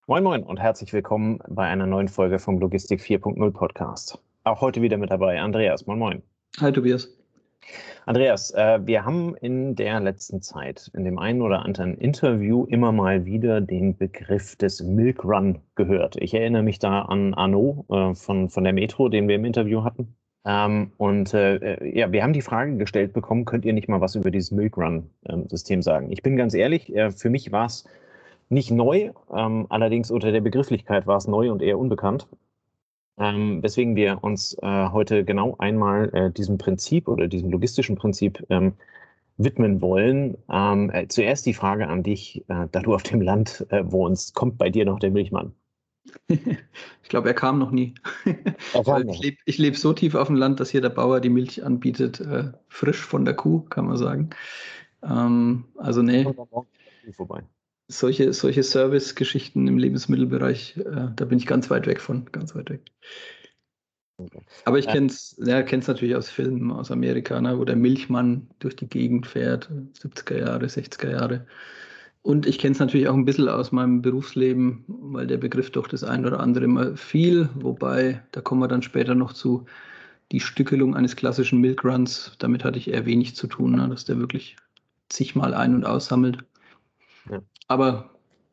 Moin Moin und herzlich willkommen bei einer neuen Folge vom Logistik 4.0 Podcast. Auch heute wieder mit dabei Andreas. Moin Moin. Hi Tobias. Andreas, wir haben in der letzten Zeit in dem einen oder anderen Interview immer mal wieder den Begriff des Milk Run gehört. Ich erinnere mich da an Arnaud von der Metro, den wir im Interview hatten. Wir haben die Frage gestellt bekommen, könnt ihr nicht mal was über dieses Milk Run System sagen? Ich bin ganz ehrlich, für mich war es nicht neu, allerdings unter der Begrifflichkeit war es neu und eher unbekannt. Weswegen wir uns heute genau einmal diesem Prinzip oder diesem logistischen Prinzip widmen wollen. Zuerst die Frage an dich, da du auf dem Land wohnst, kommt bei dir noch der Milchmann? Ich glaube, er kam noch nie. Ich lebe so tief auf dem Land, dass hier der Bauer die Milch anbietet, frisch von der Kuh, kann man sagen. Also nee. Vorbei. Solche Service-Geschichten im Lebensmittelbereich, da bin ich ganz weit weg von, ganz weit weg. Okay. Aber ich kenne es natürlich aus Filmen aus Amerika, ne, wo der Milchmann durch die Gegend fährt, 70er Jahre, 60er Jahre. Und ich kenne es natürlich auch ein bisschen aus meinem Berufsleben, weil der Begriff doch das ein oder andere mal fiel, wobei, da kommen wir dann später noch zu, die Stückelung eines klassischen Milkruns, damit hatte ich eher wenig zu tun, ne, dass der wirklich zigmal ein- und aussammelt. Ja. Aber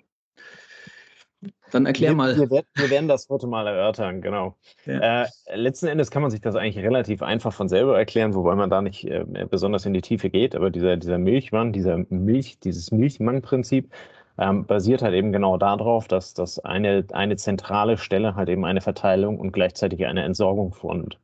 dann erklär mal. Wir werden das heute mal erörtern, genau. Ja. Letzten Endes kann man sich das eigentlich relativ einfach von selber erklären, wobei man da nicht besonders in die Tiefe geht. Aber dieser Milchmann, dieses Milchmann-Prinzip basiert halt eben genau darauf, dass eine zentrale Stelle halt eben eine Verteilung und gleichzeitig eine Entsorgung vornimmt.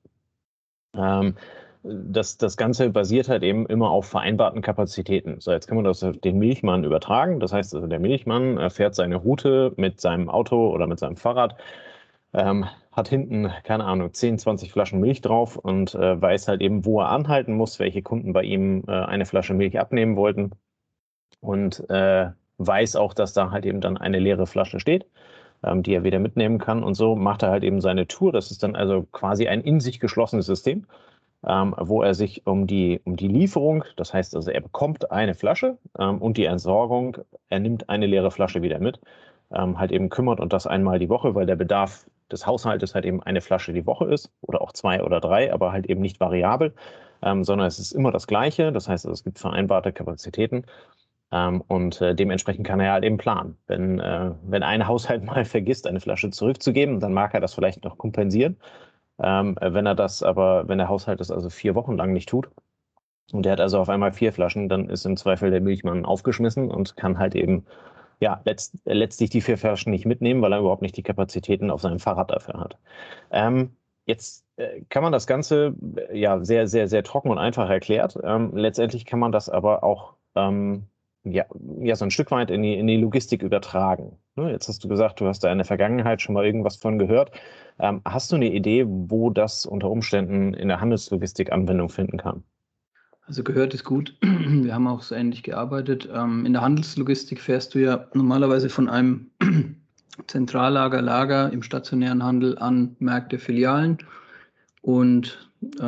Das Ganze basiert halt eben immer auf vereinbarten Kapazitäten. So, jetzt kann man das auf den Milchmann übertragen. Das heißt, also der Milchmann fährt seine Route mit seinem Auto oder mit seinem Fahrrad, hat hinten, keine Ahnung, 10, 20 Flaschen Milch drauf und weiß halt eben, wo er anhalten muss, welche Kunden bei ihm eine Flasche Milch abnehmen wollten und weiß auch, dass da halt eben dann eine leere Flasche steht, die er wieder mitnehmen kann, und so macht er halt eben seine Tour. Das ist dann also quasi ein in sich geschlossenes System, wo er sich um die Lieferung, das heißt also, er bekommt eine Flasche und die Entsorgung, er nimmt eine leere Flasche wieder mit, halt eben kümmert, und das einmal die Woche, weil der Bedarf des Haushaltes halt eben eine Flasche die Woche ist oder auch 2 oder 3, aber halt eben nicht variabel, sondern es ist immer das Gleiche. Das heißt, es gibt vereinbarte Kapazitäten. Und dementsprechend kann er halt eben planen. Wenn ein Haushalt mal vergisst, eine Flasche zurückzugeben, dann mag er das vielleicht noch kompensieren. Wenn der Haushalt das also 4 Wochen lang nicht tut und der hat also auf einmal 4 Flaschen, dann ist im Zweifel der Milchmann aufgeschmissen und kann halt eben letztlich die 4 Flaschen nicht mitnehmen, weil er überhaupt nicht die Kapazitäten auf seinem Fahrrad dafür hat. Jetzt kann man das Ganze sehr, sehr, sehr trocken und einfach erklärt. Letztendlich kann man das aber auch so ein Stück weit in die Logistik übertragen. Jetzt hast du gesagt, du hast da in der Vergangenheit schon mal irgendwas von gehört. Hast du eine Idee, wo das unter Umständen in der Handelslogistik Anwendung finden kann? Also gehört ist gut. Wir haben auch so ähnlich gearbeitet. In der Handelslogistik fährst du ja normalerweise von einem Lager im stationären Handel an Märkte, Filialen. Und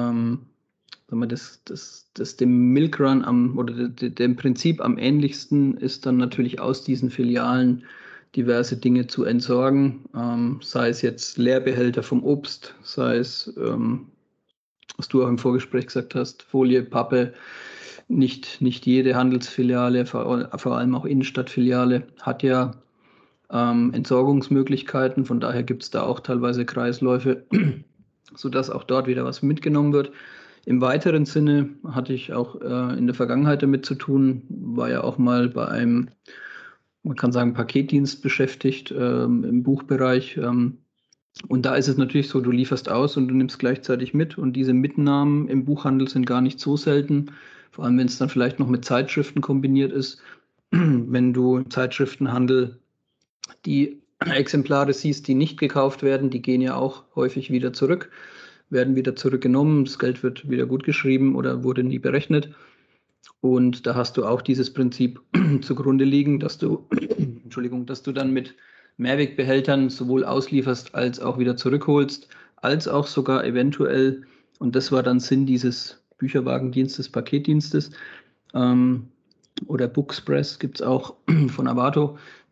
das dem Milkrun oder dem Prinzip am ähnlichsten ist dann natürlich aus diesen Filialen diverse Dinge zu entsorgen, sei es jetzt Leerbehälter vom Obst, sei es, was du auch im Vorgespräch gesagt hast, Folie, Pappe. Nicht jede Handelsfiliale, vor allem auch Innenstadtfiliale, hat ja Entsorgungsmöglichkeiten. Von daher gibt es da auch teilweise Kreisläufe, sodass auch dort wieder was mitgenommen wird. Im weiteren Sinne hatte ich auch in der Vergangenheit damit zu tun, war ja auch mal bei einem, man kann sagen, Paketdienst beschäftigt im Buchbereich. Und da ist es natürlich so, du lieferst aus und du nimmst gleichzeitig mit. Und diese Mitnahmen im Buchhandel sind gar nicht so selten, vor allem wenn es dann vielleicht noch mit Zeitschriften kombiniert ist. Wenn du im Zeitschriftenhandel die Exemplare siehst, die nicht gekauft werden, die gehen ja auch häufig wieder zurück, werden wieder zurückgenommen, das Geld wird wieder gut geschrieben oder wurde nie berechnet. Und da hast du auch dieses Prinzip zugrunde liegen, dass du dann mit Mehrwegbehältern sowohl auslieferst als auch wieder zurückholst, als auch sogar eventuell, und das war dann Sinn dieses Bücherwagendienstes, Paketdienstes, oder Bookspress gibt es auch von Avato,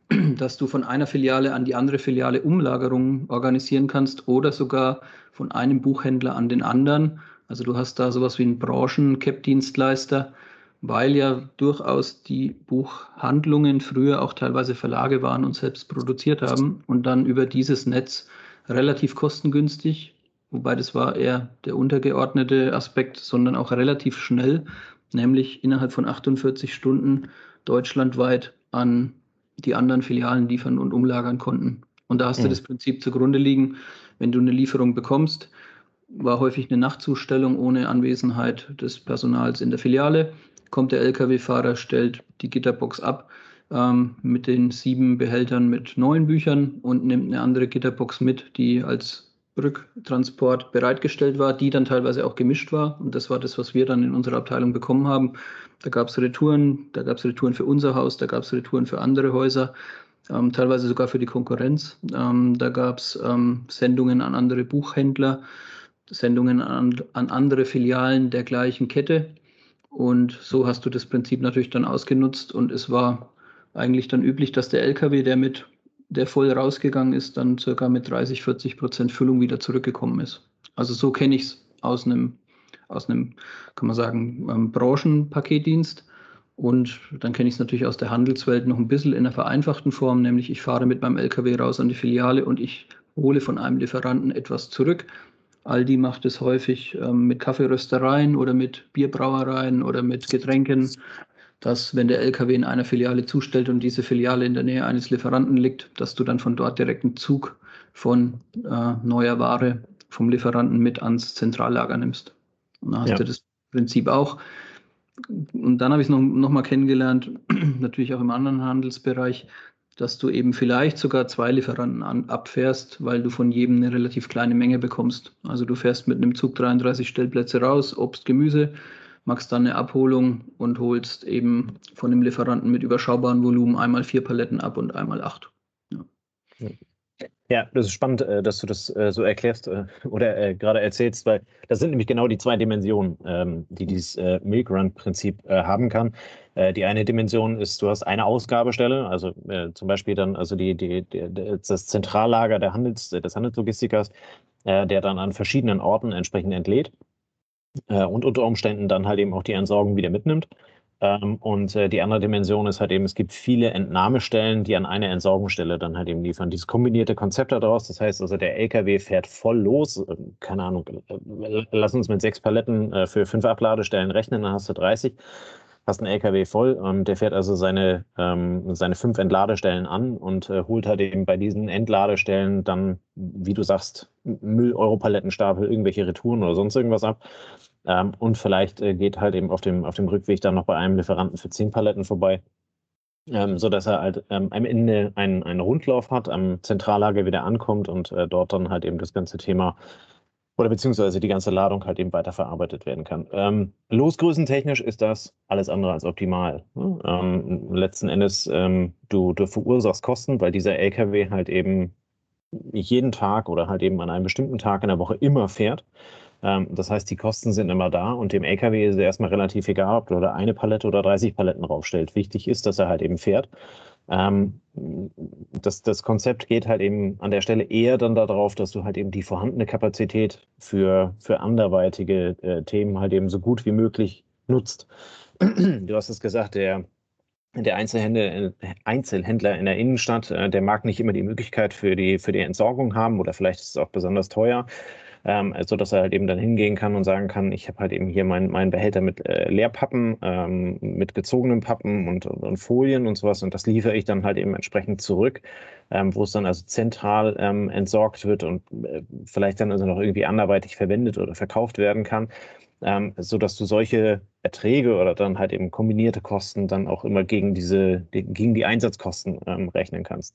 dass du von einer Filiale an die andere Filiale Umlagerungen organisieren kannst oder sogar von einem Buchhändler an den anderen. Also du hast da sowas wie einen Branchen-Cap-Dienstleister, weil ja durchaus die Buchhandlungen früher auch teilweise Verlage waren und selbst produziert haben und dann über dieses Netz relativ kostengünstig, wobei das war eher der untergeordnete Aspekt, sondern auch relativ schnell, nämlich innerhalb von 48 Stunden deutschlandweit an die anderen Filialen liefern und umlagern konnten. Und da hast du das Prinzip zugrunde liegen, wenn du eine Lieferung bekommst, war häufig eine Nachtzustellung ohne Anwesenheit des Personals in der Filiale, kommt der Lkw-Fahrer, stellt die Gitterbox ab mit den 7 Behältern mit 9 Büchern und nimmt eine andere Gitterbox mit, die als Rücktransport bereitgestellt war, die dann teilweise auch gemischt war. Und das war das, was wir dann in unserer Abteilung bekommen haben. Da gab es Retouren, für unser Haus, da gab es Retouren für andere Häuser, teilweise sogar für die Konkurrenz. Da gab es Sendungen an andere Buchhändler, Sendungen an andere Filialen der gleichen Kette. Und so hast du das Prinzip natürlich dann ausgenutzt. Und es war eigentlich dann üblich, dass der LKW, der voll rausgegangen ist, dann circa mit 30-40% Füllung wieder zurückgekommen ist. Also so kenne ich es aus einem, kann man sagen, Branchenpaketdienst. Und dann kenne ich es natürlich aus der Handelswelt noch ein bisschen in einer vereinfachten Form, nämlich ich fahre mit meinem LKW raus an die Filiale und ich hole von einem Lieferanten etwas zurück. Aldi macht es häufig mit Kaffeeröstereien oder mit Bierbrauereien oder mit Getränken, dass wenn der LKW in einer Filiale zustellt und diese Filiale in der Nähe eines Lieferanten liegt, dass du dann von dort direkt einen Zug von neuer Ware vom Lieferanten mit ans Zentrallager nimmst. Und dann hast du das Prinzip auch. Und dann habe ich es noch mal kennengelernt, natürlich auch im anderen Handelsbereich, dass du eben vielleicht sogar 2 Lieferanten abfährst, weil du von jedem eine relativ kleine Menge bekommst. Also du fährst mit einem Zug 33 Stellplätze raus, Obst, Gemüse, machst dann eine Abholung und holst eben von dem Lieferanten mit überschaubarem Volumen einmal 4 Paletten ab und einmal 8. Ja, das ist spannend, dass du das so erklärst oder gerade erzählst, weil das sind nämlich genau die 2 Dimensionen, die dieses Milk Run-Prinzip haben kann. Die eine Dimension ist, du hast eine Ausgabestelle, also zum Beispiel dann also das Zentrallager des Handelslogistikers, der dann an verschiedenen Orten entsprechend entlädt und unter Umständen dann halt eben auch die Entsorgung wieder mitnimmt. Und die andere Dimension ist halt eben, es gibt viele Entnahmestellen, die an eine Entsorgungsstelle dann halt eben liefern. Dieses kombinierte Konzept daraus, das heißt also, der LKW fährt voll los, keine Ahnung, lass uns mit 6 Paletten für 5 Abladestellen rechnen, dann hast du 30, hast einen LKW voll, der fährt also seine 5 Entladestellen an und holt halt eben bei diesen Entladestellen dann, wie du sagst, Müll-Euro-Palettenstapel, irgendwelche Retouren oder sonst irgendwas ab. Und vielleicht geht halt eben auf dem Rückweg dann noch bei einem Lieferanten für 10 Paletten vorbei, sodass er halt am Ende einen Rundlauf hat, am Zentrallager wieder ankommt und dort dann halt eben das ganze Thema oder beziehungsweise die ganze Ladung halt eben weiterverarbeitet werden kann. Losgrößentechnisch ist das alles andere als optimal. Ne? Letzten Endes, du verursachst Kosten, weil dieser LKW halt eben jeden Tag oder halt eben an einem bestimmten Tag in der Woche immer fährt. Das heißt, die Kosten sind immer da und dem LKW ist es erstmal relativ egal, ob du da eine Palette oder 30 Paletten draufstellt. Wichtig ist, dass er halt eben fährt. Das Konzept geht halt eben an der Stelle eher dann darauf, dass du halt eben die vorhandene Kapazität für anderweitige Themen halt eben so gut wie möglich nutzt. Du hast es gesagt, der Einzelhändler in der Innenstadt, der mag nicht immer die Möglichkeit für die Entsorgung haben oder vielleicht ist es auch besonders teuer, sodass er halt eben dann hingehen kann und sagen kann, ich habe halt eben hier meinen Behälter mit Leerpappen, mit gezogenen Pappen und Folien und sowas und das liefere ich dann halt eben entsprechend zurück, wo es dann also zentral entsorgt wird und vielleicht dann also noch irgendwie anderweitig verwendet oder verkauft werden kann. Sodass du solche Erträge oder dann halt eben kombinierte Kosten dann auch immer gegen die Einsatzkosten rechnen kannst.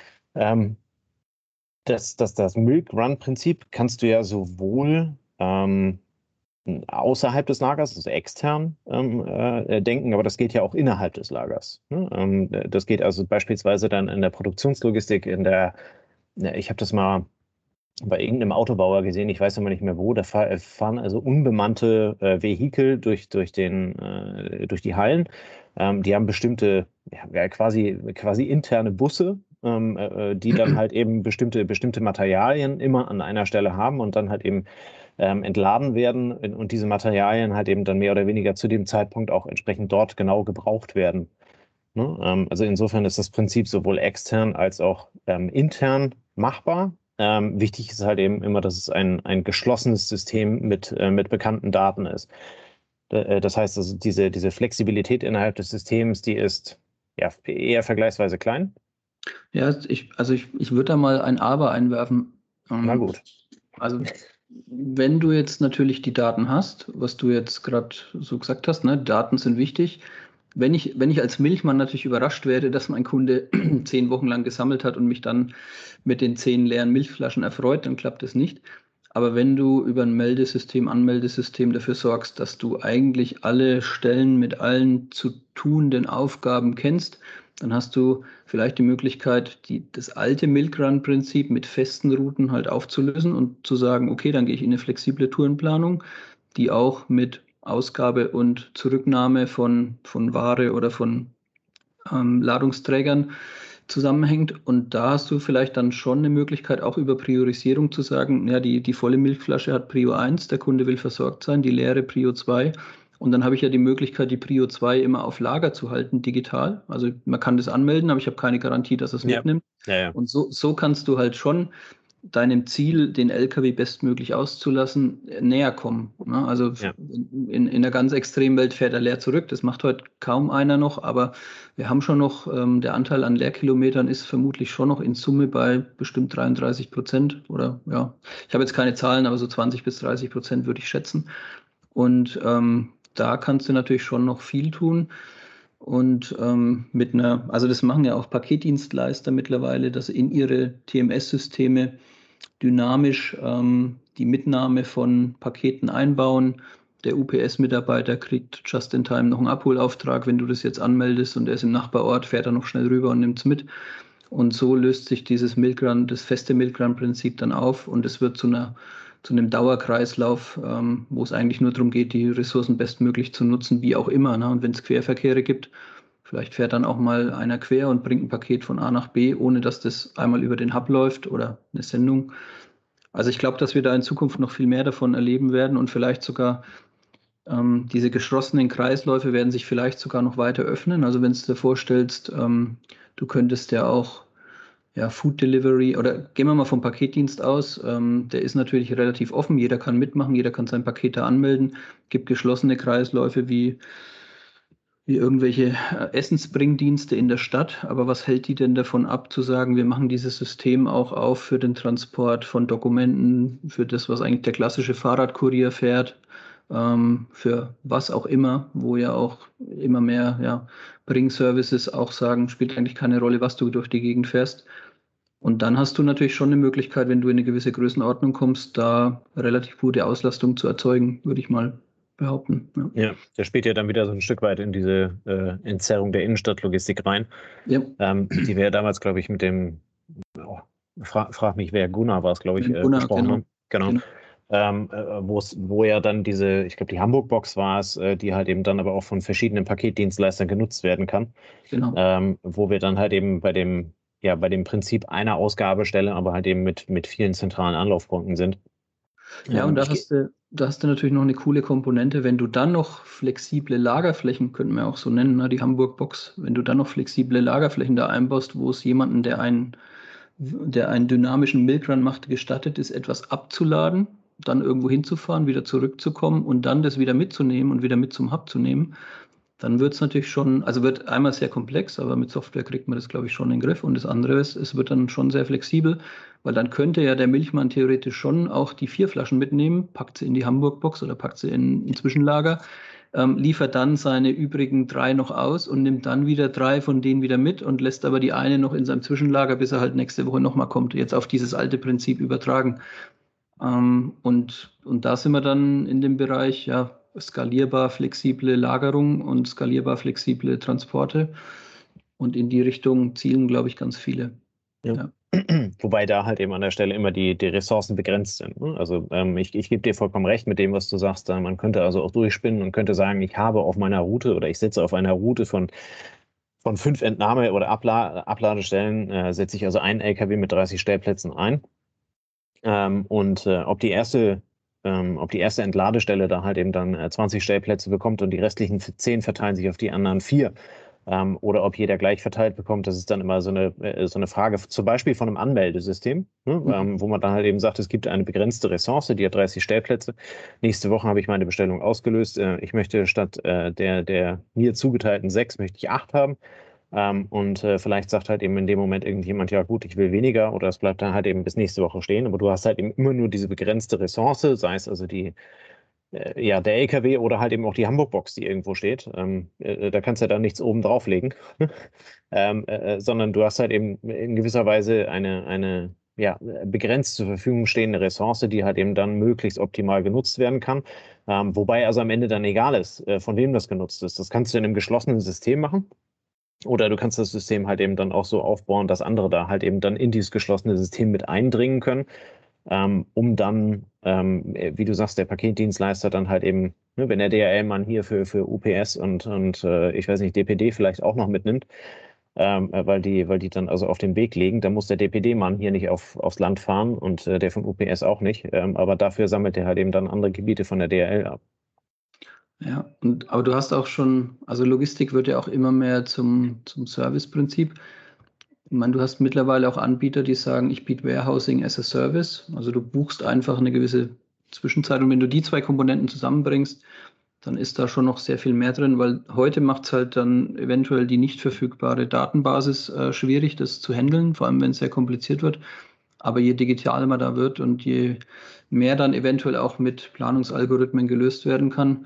Das Milk Run-Prinzip kannst du ja sowohl außerhalb des Lagers, also extern, denken, aber das geht ja auch innerhalb des Lagers. Ne? Das geht also beispielsweise dann in der Produktionslogistik, ich habe das mal bei irgendeinem Autobauer gesehen, ich weiß aber nicht mehr wo, da fahren also unbemannte Vehikel durch die Hallen Die haben bestimmte, quasi interne Busse, die dann halt eben bestimmte Materialien immer an einer Stelle haben und dann halt eben entladen werden und diese Materialien halt eben dann mehr oder weniger zu dem Zeitpunkt auch entsprechend dort genau gebraucht werden. Ne? Also insofern ist das Prinzip sowohl extern als auch intern machbar. Wichtig ist halt eben immer, dass es ein geschlossenes System mit bekannten Daten ist. Das heißt, also diese Flexibilität innerhalb des Systems, die ist ja eher vergleichsweise klein. Ja, ich würde da mal ein Aber einwerfen. Na gut. Also wenn du jetzt natürlich die Daten hast, was du jetzt gerade so gesagt hast, ne, Daten sind wichtig. Wenn ich als Milchmann natürlich überrascht wäre, dass mein Kunde 10 Wochen lang gesammelt hat und mich dann mit den 10 leeren Milchflaschen erfreut, dann klappt das nicht. Aber wenn du über ein Anmeldesystem dafür sorgst, dass du eigentlich alle Stellen mit allen zu tuenden Aufgaben kennst, dann hast du vielleicht die Möglichkeit, das alte Milk-Run-Prinzip mit festen Routen halt aufzulösen und zu sagen, okay, dann gehe ich in eine flexible Tourenplanung, die auch mit Ausgabe und Zurücknahme von Ware oder von Ladungsträgern zusammenhängt. Und da hast du vielleicht dann schon eine Möglichkeit, auch über Priorisierung zu sagen, ja, die volle Milchflasche hat Prio 1, der Kunde will versorgt sein, die leere Prio 2. Und dann habe ich ja die Möglichkeit, die Prio 2 immer auf Lager zu halten, digital. Also man kann das anmelden, aber ich habe keine Garantie, dass es mitnimmt. Ja. Und so kannst du halt schon deinem Ziel, den LKW bestmöglich auszulassen, näher kommen. Ne? Also in einer ganz extremen Welt fährt er leer zurück. Das macht heute kaum einer noch, aber wir haben schon noch, der Anteil an Leerkilometern ist vermutlich schon noch in Summe bei bestimmt 33% oder ja, ich habe jetzt keine Zahlen, aber so 20-30% würde ich schätzen. Und da kannst du natürlich schon noch viel tun. Und also das machen ja auch Paketdienstleister mittlerweile, dass sie in ihre TMS-Systeme dynamisch die Mitnahme von Paketen einbauen. Der UPS-Mitarbeiter kriegt just in time noch einen Abholauftrag. Wenn du das jetzt anmeldest und er ist im Nachbarort, fährt er noch schnell rüber und nimmt es mit. Und so löst sich dieses das feste Milk-Run-Prinzip dann auf und es wird zu einem Dauerkreislauf, wo es eigentlich nur darum geht, die Ressourcen bestmöglich zu nutzen, wie auch immer. Ne? Und wenn es Querverkehre gibt, vielleicht fährt dann auch mal einer quer und bringt ein Paket von A nach B, ohne dass das einmal über den Hub läuft oder eine Sendung. Also ich glaube, dass wir da in Zukunft noch viel mehr davon erleben werden und vielleicht sogar diese geschlossenen Kreisläufe werden sich vielleicht sogar noch weiter öffnen. Also wenn du dir vorstellst, du könntest ja auch Food Delivery oder gehen wir mal vom Paketdienst aus, der ist natürlich relativ offen, jeder kann mitmachen, jeder kann sein Paket da anmelden, gibt geschlossene Kreisläufe wie irgendwelche Essensbringdienste in der Stadt. Aber was hält die denn davon ab, zu sagen, wir machen dieses System auch auf für den Transport von Dokumenten, für das, was eigentlich der klassische Fahrradkurier fährt, für was auch immer, wo ja auch immer mehr Bringservices auch sagen, spielt eigentlich keine Rolle, was du durch die Gegend fährst. Und dann hast du natürlich schon eine Möglichkeit, wenn du in eine gewisse Größenordnung kommst, da relativ gute Auslastung zu erzeugen, würde ich mal behaupten. Ja, der spielt ja dann wieder so ein Stück weit in diese Entzerrung der Innenstadtlogistik rein, Ja. Die wir ja damals, glaube ich, mit dem, frag mich, wer Gunnar war es, glaube ich, Gunnar, besprochen haben. Genau. Wo ja dann ich glaube, die Hamburg-Box war es, die halt eben dann aber auch von verschiedenen Paketdienstleistern genutzt werden kann. Genau. Wo wir dann halt eben bei dem Prinzip einer Ausgabestelle, aber halt eben mit vielen zentralen Anlaufpunkten sind. Ja, und da hast du natürlich noch eine coole Komponente, wenn du dann noch flexible Lagerflächen, könnten wir auch so nennen, ne, die Hamburg-Box, wenn du dann noch flexible Lagerflächen da einbaust, wo es jemanden, der einen dynamischen Milkrun macht, gestattet ist, etwas abzuladen, dann irgendwo hinzufahren, wieder zurückzukommen und dann das wieder mitzunehmen und wieder mit zum Hub zu nehmen, dann wird es natürlich schon, also wird einmal sehr komplex, aber mit Software kriegt man das, glaube ich, schon in den Griff. Und das andere ist, es wird dann schon sehr flexibel, weil dann könnte ja der Milchmann theoretisch schon auch die 4 Flaschen mitnehmen, packt sie in die Hamburg-Box oder packt sie in ein Zwischenlager, liefert dann seine übrigen 3 noch aus und nimmt dann wieder 3 von denen wieder mit und lässt aber die eine noch in seinem Zwischenlager, bis er halt nächste Woche nochmal kommt, jetzt auf dieses alte Prinzip übertragen. Und da sind wir dann in dem Bereich, ja, skalierbar flexible Lagerung und skalierbar flexible Transporte. Und in die Richtung zielen, glaube ich, ganz viele. Ja. Wobei da halt eben an der Stelle immer die Ressourcen begrenzt sind. Ne? Also ich gebe dir vollkommen recht mit dem, was du sagst. Man könnte also auch durchspinnen und könnte sagen, ich habe auf meiner Route oder ich setze auf einer Route von 5 Entnahme- oder Abladestellen, setze ich also einen LKW mit 30 Stellplätzen ein. Ob die erste Entladestelle da halt eben dann 20 Stellplätze bekommt und die restlichen 10 verteilen sich auf die anderen 4. Oder ob jeder gleich verteilt bekommt, das ist dann immer so eine Frage, zum Beispiel von einem Anmeldesystem, ne, wo man dann halt eben sagt, es gibt eine begrenzte Ressource, die hat 30 Stellplätze. Nächste Woche habe ich meine Bestellung ausgelöst. Ich möchte statt der mir zugeteilten 6, möchte ich 8 haben. Und vielleicht sagt halt eben in dem Moment irgendjemand, ja gut, ich will weniger oder es bleibt dann halt eben bis nächste Woche stehen. Aber du hast halt eben immer nur diese begrenzte Ressource, sei es also ja, der LKW oder halt eben auch die Hamburg-Box, die irgendwo steht. Da kannst du ja dann nichts oben drauflegen, sondern du hast halt eben in gewisser Weise eine ja, begrenzt zur Verfügung stehende Ressource, die halt eben dann möglichst optimal genutzt werden kann. Wobei also am Ende dann egal ist, von wem das genutzt ist. Das kannst du in einem geschlossenen System machen. Oder du kannst das System halt eben dann auch so aufbauen, dass andere da halt eben dann in dieses geschlossene System mit eindringen können, um dann, wie du sagst, der Paketdienstleister dann halt eben, ne, wenn der DHL-Mann hier für UPS und ich weiß nicht, DPD vielleicht auch noch mitnimmt, weil die dann also auf den Weg legen, dann muss der DPD-Mann hier nicht aufs Land fahren und der von UPS auch nicht. Aber dafür sammelt er halt eben dann andere Gebiete von der DHL ab. Ja, aber du hast auch schon, also Logistik wird ja auch immer mehr zum Serviceprinzip. Ich meine, du hast mittlerweile auch Anbieter, die sagen, ich biete Warehousing as a Service. Also du buchst einfach eine gewisse Zwischenzeit und wenn du die zwei Komponenten zusammenbringst, dann ist da schon noch sehr viel mehr drin, weil heute macht es halt dann eventuell die nicht verfügbare Datenbasis schwierig, das zu handeln, vor allem wenn es sehr kompliziert wird. Aber je digitaler man da wird und je mehr dann eventuell auch mit Planungsalgorithmen gelöst werden kann,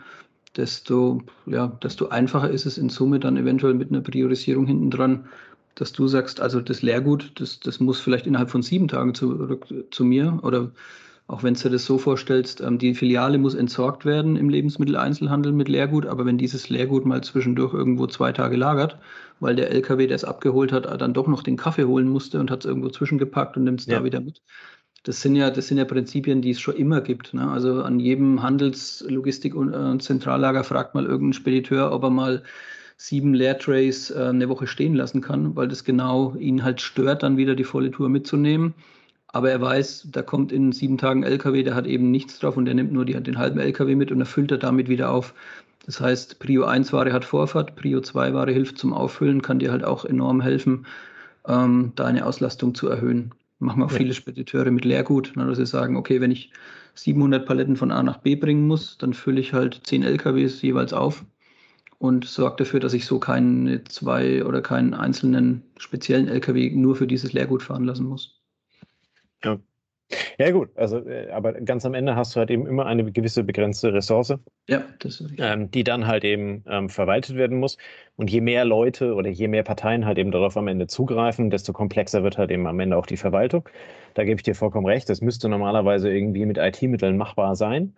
desto einfacher ist es in Summe dann eventuell mit einer Priorisierung hinten dran, dass du sagst, also das Leergut, das muss vielleicht innerhalb von 7 Tagen zurück zu mir oder auch wenn du dir das so vorstellst, die Filiale muss entsorgt werden im Lebensmitteleinzelhandel mit Leergut, aber wenn dieses Leergut mal zwischendurch irgendwo 2 Tage lagert, weil der LKW, der es abgeholt hat, dann doch noch den Kaffee holen musste und hat es irgendwo zwischengepackt und nimmt es da wieder mit. Das sind ja Prinzipien, die es schon immer gibt. Ne? Also an jedem Handelslogistik- und Zentrallager fragt mal irgendein Spediteur, ob er mal 7 Leertrays eine Woche stehen lassen kann, weil das genau ihn halt stört, dann wieder die volle Tour mitzunehmen. Aber er weiß, da kommt in 7 Tagen LKW, der hat eben nichts drauf und der nimmt nur den halben LKW mit und erfüllt er damit wieder auf. Das heißt, Prio 1 Ware hat Vorfahrt, Prio 2 Ware hilft zum Auffüllen, kann dir halt auch enorm helfen, deine Auslastung zu erhöhen. Machen auch Ja. viele Spediteure mit Leergut, ne, dass sie sagen, okay, wenn ich 700 Paletten von A nach B bringen muss, dann fülle ich halt 10 LKWs jeweils auf und sorge dafür, dass ich so keine 2 oder keinen einzelnen speziellen LKW nur für dieses Leergut fahren lassen muss. Ja. Ja, gut, also, aber ganz am Ende hast du halt eben immer eine gewisse begrenzte Ressource, Ja, das ist richtig. die dann halt eben verwaltet werden muss. Und je mehr Leute oder je mehr Parteien halt eben darauf am Ende zugreifen, desto komplexer wird halt eben am Ende auch die Verwaltung. Da gebe ich dir vollkommen recht. Das müsste normalerweise irgendwie mit IT-Mitteln machbar sein.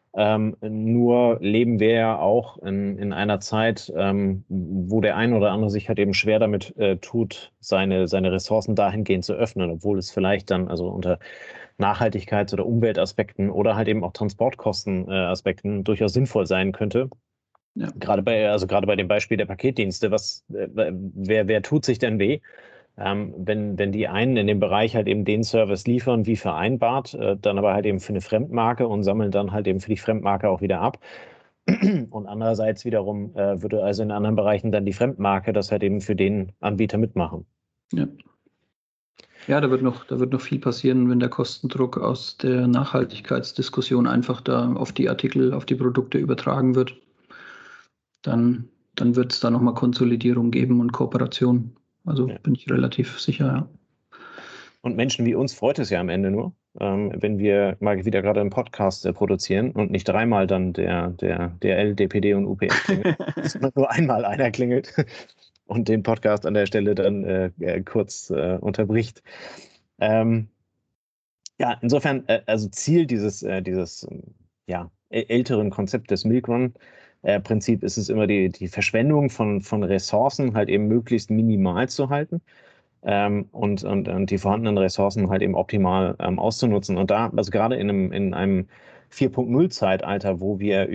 Nur leben wir ja auch in einer Zeit, wo der ein oder andere sich halt eben schwer damit tut, seine Ressourcen dahingehend zu öffnen, obwohl es vielleicht dann also unter Nachhaltigkeits- oder Umweltaspekten oder halt eben auch Transportkostenaspekten durchaus sinnvoll sein könnte. Ja. Gerade bei dem Beispiel der Paketdienste, wer tut sich denn weh? Wenn die einen in dem Bereich halt eben den Service liefern, wie vereinbart, dann aber halt eben für eine Fremdmarke und sammeln dann halt eben für die Fremdmarke auch wieder ab. Und andererseits wiederum würde also in anderen Bereichen dann die Fremdmarke das halt eben für den Anbieter mitmachen. Ja. Ja, da wird noch viel passieren, wenn der Kostendruck aus der Nachhaltigkeitsdiskussion einfach da auf die Artikel, auf die Produkte übertragen wird. Dann wird es da nochmal Konsolidierung geben und Kooperation. Also Ja. bin ich relativ sicher, ja. Und Menschen wie uns freut es ja am Ende nur, wenn wir mal wieder gerade einen Podcast produzieren und nicht dreimal dann der DRL, DPD und UPS klingelt, sondern nur einmal einer klingelt und den Podcast an der Stelle dann kurz unterbricht. Ja, insofern, also Ziel dieses ja, älteren Konzept des Milk Run-Prinzip ist es immer die Verschwendung von Ressourcen halt eben möglichst minimal zu halten. und die vorhandenen Ressourcen halt eben optimal auszunutzen. Und da, also gerade in einem 4.0-Zeitalter, wo wir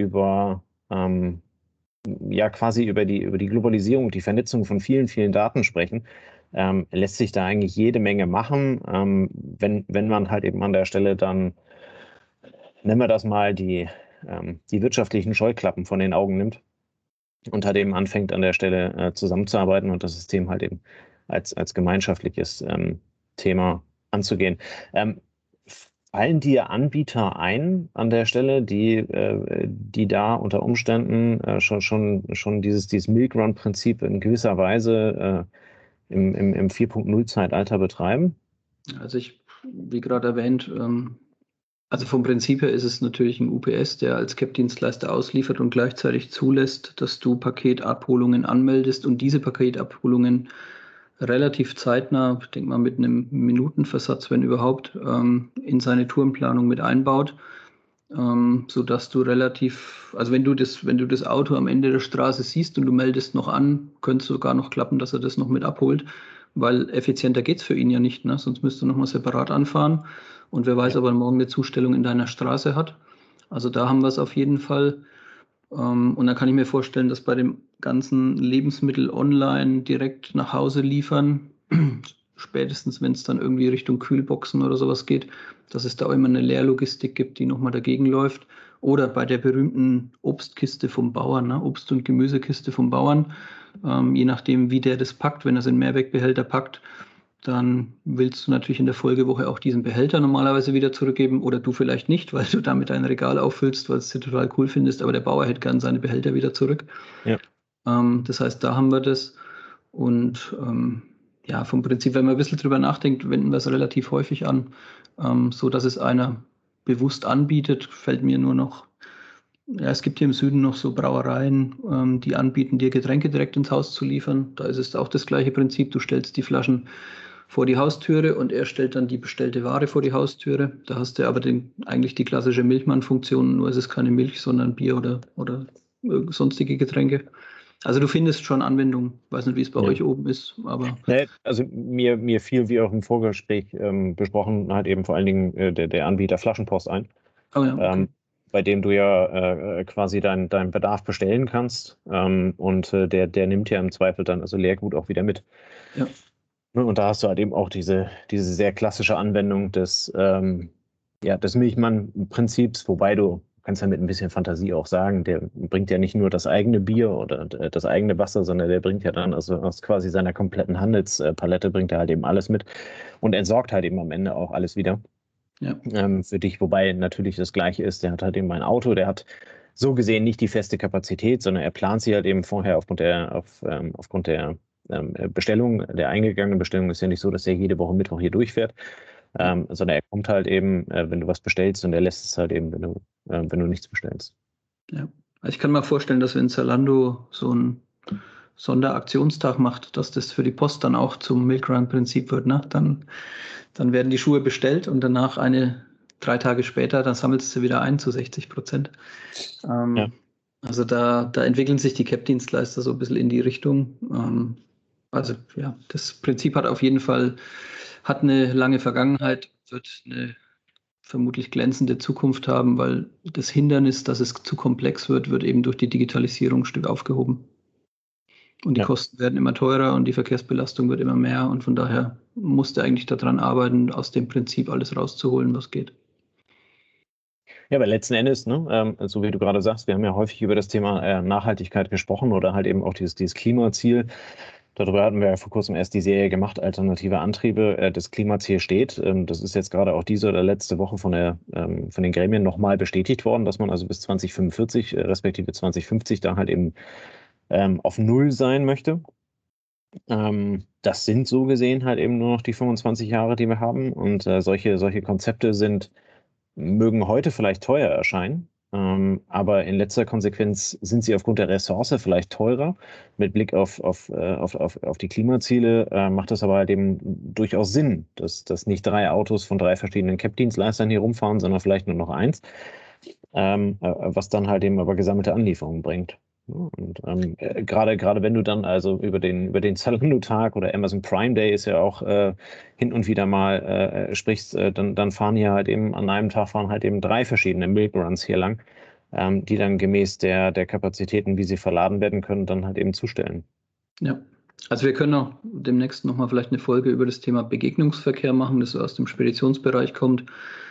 quasi über die Globalisierung, die Vernetzung von vielen, vielen Daten sprechen, lässt sich da eigentlich jede Menge machen, wenn man halt eben an der Stelle dann, nennen wir das mal, die wirtschaftlichen Scheuklappen von den Augen nimmt und halt eben anfängt an der Stelle zusammenzuarbeiten und das System halt eben als gemeinschaftliches Thema anzugehen. Fallen dir Anbieter ein an der Stelle, die da unter Umständen schon dieses Milk Run-Prinzip in gewisser Weise im 4.0-Zeitalter betreiben? Also wie gerade erwähnt, also vom Prinzip her ist es natürlich ein UPS, der als CAP-Dienstleister ausliefert und gleichzeitig zulässt, dass du Paketabholungen anmeldest und diese Paketabholungen relativ zeitnah, ich denke mal mit einem Minutenversatz, wenn überhaupt, in seine Tourenplanung mit einbaut, sodass du also wenn du das Auto am Ende der Straße siehst und du meldest noch an, könnte es sogar noch klappen, dass er das noch mit abholt, weil effizienter geht es für ihn ja nicht, ne? Sonst müsst du nochmal separat anfahren und wer weiß, ob er morgen eine Zustellung in deiner Straße hat. Also da haben wir es auf jeden Fall. Und dann kann ich mir vorstellen, dass bei dem ganzen Lebensmittel online direkt nach Hause liefern, spätestens wenn es dann irgendwie Richtung Kühlboxen oder sowas geht, dass es da auch immer eine Leerlogistik gibt, die nochmal dagegen läuft. Oder bei der berühmten Obstkiste vom Bauern, ne? Obst- und Gemüsekiste vom Bauern, je nachdem, wie der das packt, wenn er es in Mehrwegbehälter packt, dann willst du natürlich in der Folgewoche auch diesen Behälter normalerweise wieder zurückgeben oder du vielleicht nicht, weil du damit dein Regal auffüllst, weil es du total cool findest, aber der Bauer hätte gern seine Behälter wieder zurück. Ja. Das heißt, da haben wir das und ja, vom Prinzip, wenn man ein bisschen drüber nachdenkt, wenden wir es relativ häufig an, so dass es einer bewusst anbietet, fällt mir nur noch, ja, es gibt hier im Süden noch so Brauereien, die anbieten, dir Getränke direkt ins Haus zu liefern. Da ist es auch das gleiche Prinzip, du stellst die Flaschen vor die Haustüre und er stellt dann die bestellte Ware vor die Haustüre. Da hast du aber eigentlich die klassische Milchmann-Funktion, nur ist es keine Milch, sondern Bier oder sonstige Getränke. Also du findest schon Anwendung. Weiß nicht, wie es bei euch oben ist, aber. Nee, also mir fiel, wie auch im Vorgespräch besprochen, halt eben vor allen Dingen der Anbieter Flaschenpost ein. Oh ja, okay. Bei dem du ja quasi deinen Bedarf bestellen kannst und der nimmt ja im Zweifel dann also Leergut auch wieder mit. Ja. Und da hast du halt eben auch diese sehr klassische Anwendung des Milchmann-Prinzips, wobei du kannst ja mit ein bisschen Fantasie auch sagen, der bringt ja nicht nur das eigene Bier oder das eigene Wasser, sondern der bringt ja dann also aus quasi seiner kompletten Handelspalette bringt er halt eben alles mit und entsorgt halt eben am Ende auch alles wieder. Ja. Für dich, wobei natürlich das Gleiche ist, der hat halt eben ein Auto, der hat so gesehen nicht die feste Kapazität, sondern er plant sie halt eben vorher aufgrund der Bestellung, der eingegangenen Bestellung ist ja nicht so, dass er jede Woche Mittwoch hier durchfährt, sondern er kommt halt eben, wenn du was bestellst und er lässt es halt eben, wenn du nichts bestellst. Ja, also ich kann mir vorstellen, dass wenn Zalando so einen Sonderaktionstag macht, dass das für die Post dann auch zum Milk Run Prinzip wird, ne? Dann werden die Schuhe bestellt und danach 3 Tage später, dann sammelst du wieder ein zu 60%. Ja. Also da entwickeln sich die CAP-Dienstleister so ein bisschen in die Richtung. Also ja, das Prinzip hat auf jeden Fall eine lange Vergangenheit, wird eine vermutlich glänzende Zukunft haben, weil das Hindernis, dass es zu komplex wird eben durch die Digitalisierung ein Stück aufgehoben. Und die Kosten werden immer teurer und die Verkehrsbelastung wird immer mehr und von daher musste eigentlich daran arbeiten, aus dem Prinzip alles rauszuholen, was geht. Ja, aber letzten Endes, ne, so wie du gerade sagst, wir haben ja häufig über das Thema Nachhaltigkeit gesprochen oder halt eben auch dieses Klimaziel. Darüber hatten wir ja vor kurzem erst die Serie gemacht, alternative Antriebe. Das Klimaziel steht. Das ist jetzt gerade auch diese oder letzte Woche von den Gremien nochmal bestätigt worden, dass man also bis 2045 respektive 2050 da halt eben auf Null sein möchte. Das sind so gesehen halt eben nur noch die 25 Jahre, die wir haben. Und solche Konzepte mögen heute vielleicht teuer erscheinen, aber in letzter Konsequenz sind sie aufgrund der Ressource vielleicht teurer. Mit Blick auf die Klimaziele macht es aber halt eben durchaus Sinn, dass nicht 3 Autos von 3 verschiedenen CAP-Dienstleistern hier rumfahren, sondern vielleicht nur noch eins, was dann halt eben aber gesammelte Anlieferungen bringt. Und gerade wenn du dann also über den Zalando-Tag oder Amazon Prime Day ist ja auch hin und wieder mal sprichst, dann fahren hier halt eben an einem Tag fahren halt eben 3 verschiedene Milkruns hier lang, die dann gemäß der Kapazitäten, wie sie verladen werden können, dann halt eben zustellen. Ja, also wir können auch demnächst nochmal vielleicht eine Folge über das Thema Begegnungsverkehr machen, das so aus dem Speditionsbereich kommt.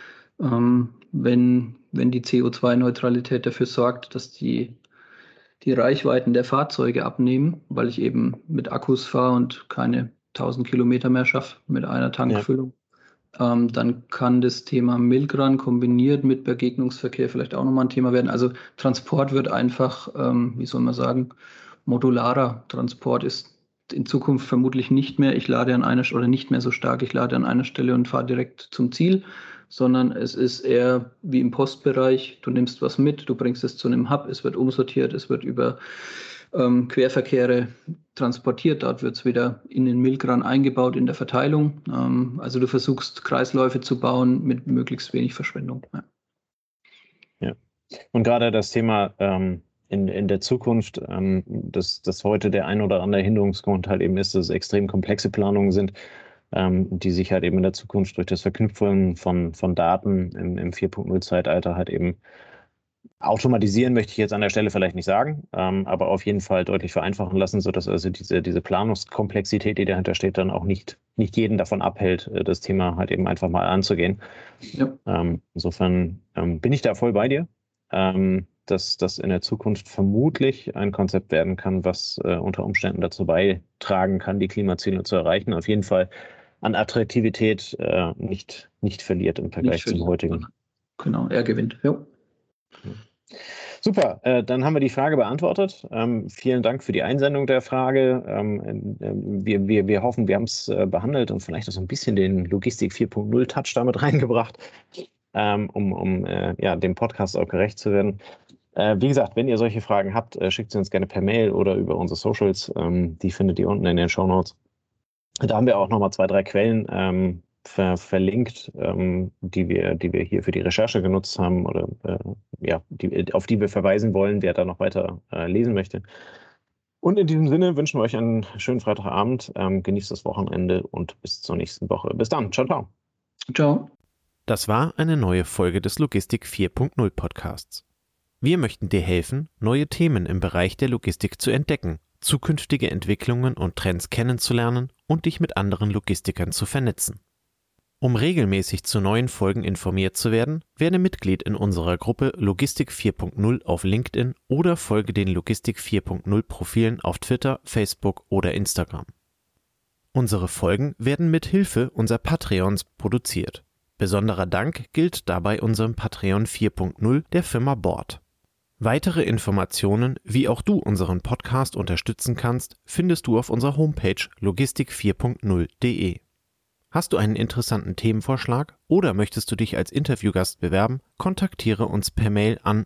Wenn die CO2-Neutralität dafür sorgt, dass die Reichweiten der Fahrzeuge abnehmen, weil ich eben mit Akkus fahre und keine 1000 Kilometer mehr schaffe mit einer Tankfüllung, dann kann das Thema Milkrun kombiniert mit Begegnungsverkehr vielleicht auch nochmal ein Thema werden. Also Transport wird einfach, wie soll man sagen, modularer. Transport ist in Zukunft vermutlich nicht mehr, ich lade an einer oder nicht mehr so stark, ich lade an einer Stelle und fahre direkt zum Ziel, sondern es ist eher wie im Postbereich, du nimmst was mit, du bringst es zu einem Hub, es wird umsortiert, es wird über Querverkehre transportiert, dort wird es wieder in den Milkrun eingebaut in der Verteilung. Also du versuchst Kreisläufe zu bauen mit möglichst wenig Verschwendung. Ja. Und gerade das Thema in der Zukunft, dass heute der ein oder andere Hinderungsgrund halt eben ist, dass es extrem komplexe Planungen sind, die sich halt eben in der Zukunft durch das Verknüpfen von Daten im 4.0-Zeitalter halt eben automatisieren, möchte ich jetzt an der Stelle vielleicht nicht sagen, aber auf jeden Fall deutlich vereinfachen lassen, sodass also diese Planungskomplexität, die dahinter steht, dann auch nicht jeden davon abhält, das Thema halt eben einfach mal anzugehen. Ja. Insofern bin ich da voll bei dir, dass das in der Zukunft vermutlich ein Konzept werden kann, was unter Umständen dazu beitragen kann, die Klimaziele zu erreichen. Auf jeden Fall an Attraktivität nicht verliert im Vergleich zum heutigen. Genau, er gewinnt. Ja. Super, dann haben wir die Frage beantwortet. Vielen Dank für die Einsendung der Frage. Wir hoffen, wir haben es behandelt und vielleicht auch so ein bisschen den Logistik 4.0 Touch damit reingebracht, um dem Podcast auch gerecht zu werden. Wie gesagt, wenn ihr solche Fragen habt, schickt sie uns gerne per Mail oder über unsere Socials. Die findet ihr unten in den Shownotes. Da haben wir auch nochmal 2, 3 Quellen verlinkt, die wir hier für die Recherche genutzt haben oder auf die wir verweisen wollen, wer da noch weiter lesen möchte. Und in diesem Sinne wünschen wir euch einen schönen Freitagabend, genießt das Wochenende und bis zur nächsten Woche. Bis dann, ciao, ciao. Ciao. Das war eine neue Folge des Logistik 4.0 Podcasts. Wir möchten dir helfen, neue Themen im Bereich der Logistik zu entdecken, zukünftige Entwicklungen und Trends kennenzulernen und dich mit anderen Logistikern zu vernetzen. Um regelmäßig zu neuen Folgen informiert zu werden, werde Mitglied in unserer Gruppe Logistik 4.0 auf LinkedIn oder folge den Logistik 4.0 Profilen auf Twitter, Facebook oder Instagram. Unsere Folgen werden mit Hilfe unserer Patreons produziert. Besonderer Dank gilt dabei unserem Patreon 4.0 der Firma Board. Weitere Informationen, wie auch du unseren Podcast unterstützen kannst, findest du auf unserer Homepage logistik4.0.de. Hast du einen interessanten Themenvorschlag oder möchtest du dich als Interviewgast bewerben, kontaktiere uns per Mail an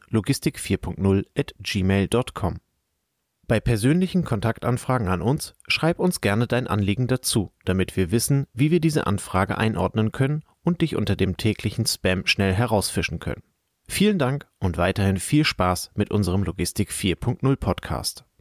logistik4.0@gmail.com. Bei persönlichen Kontaktanfragen an uns, schreib uns gerne dein Anliegen dazu, damit wir wissen, wie wir diese Anfrage einordnen können und dich unter dem täglichen Spam schnell herausfischen können. Vielen Dank und weiterhin viel Spaß mit unserem Logistik 4.0 Podcast.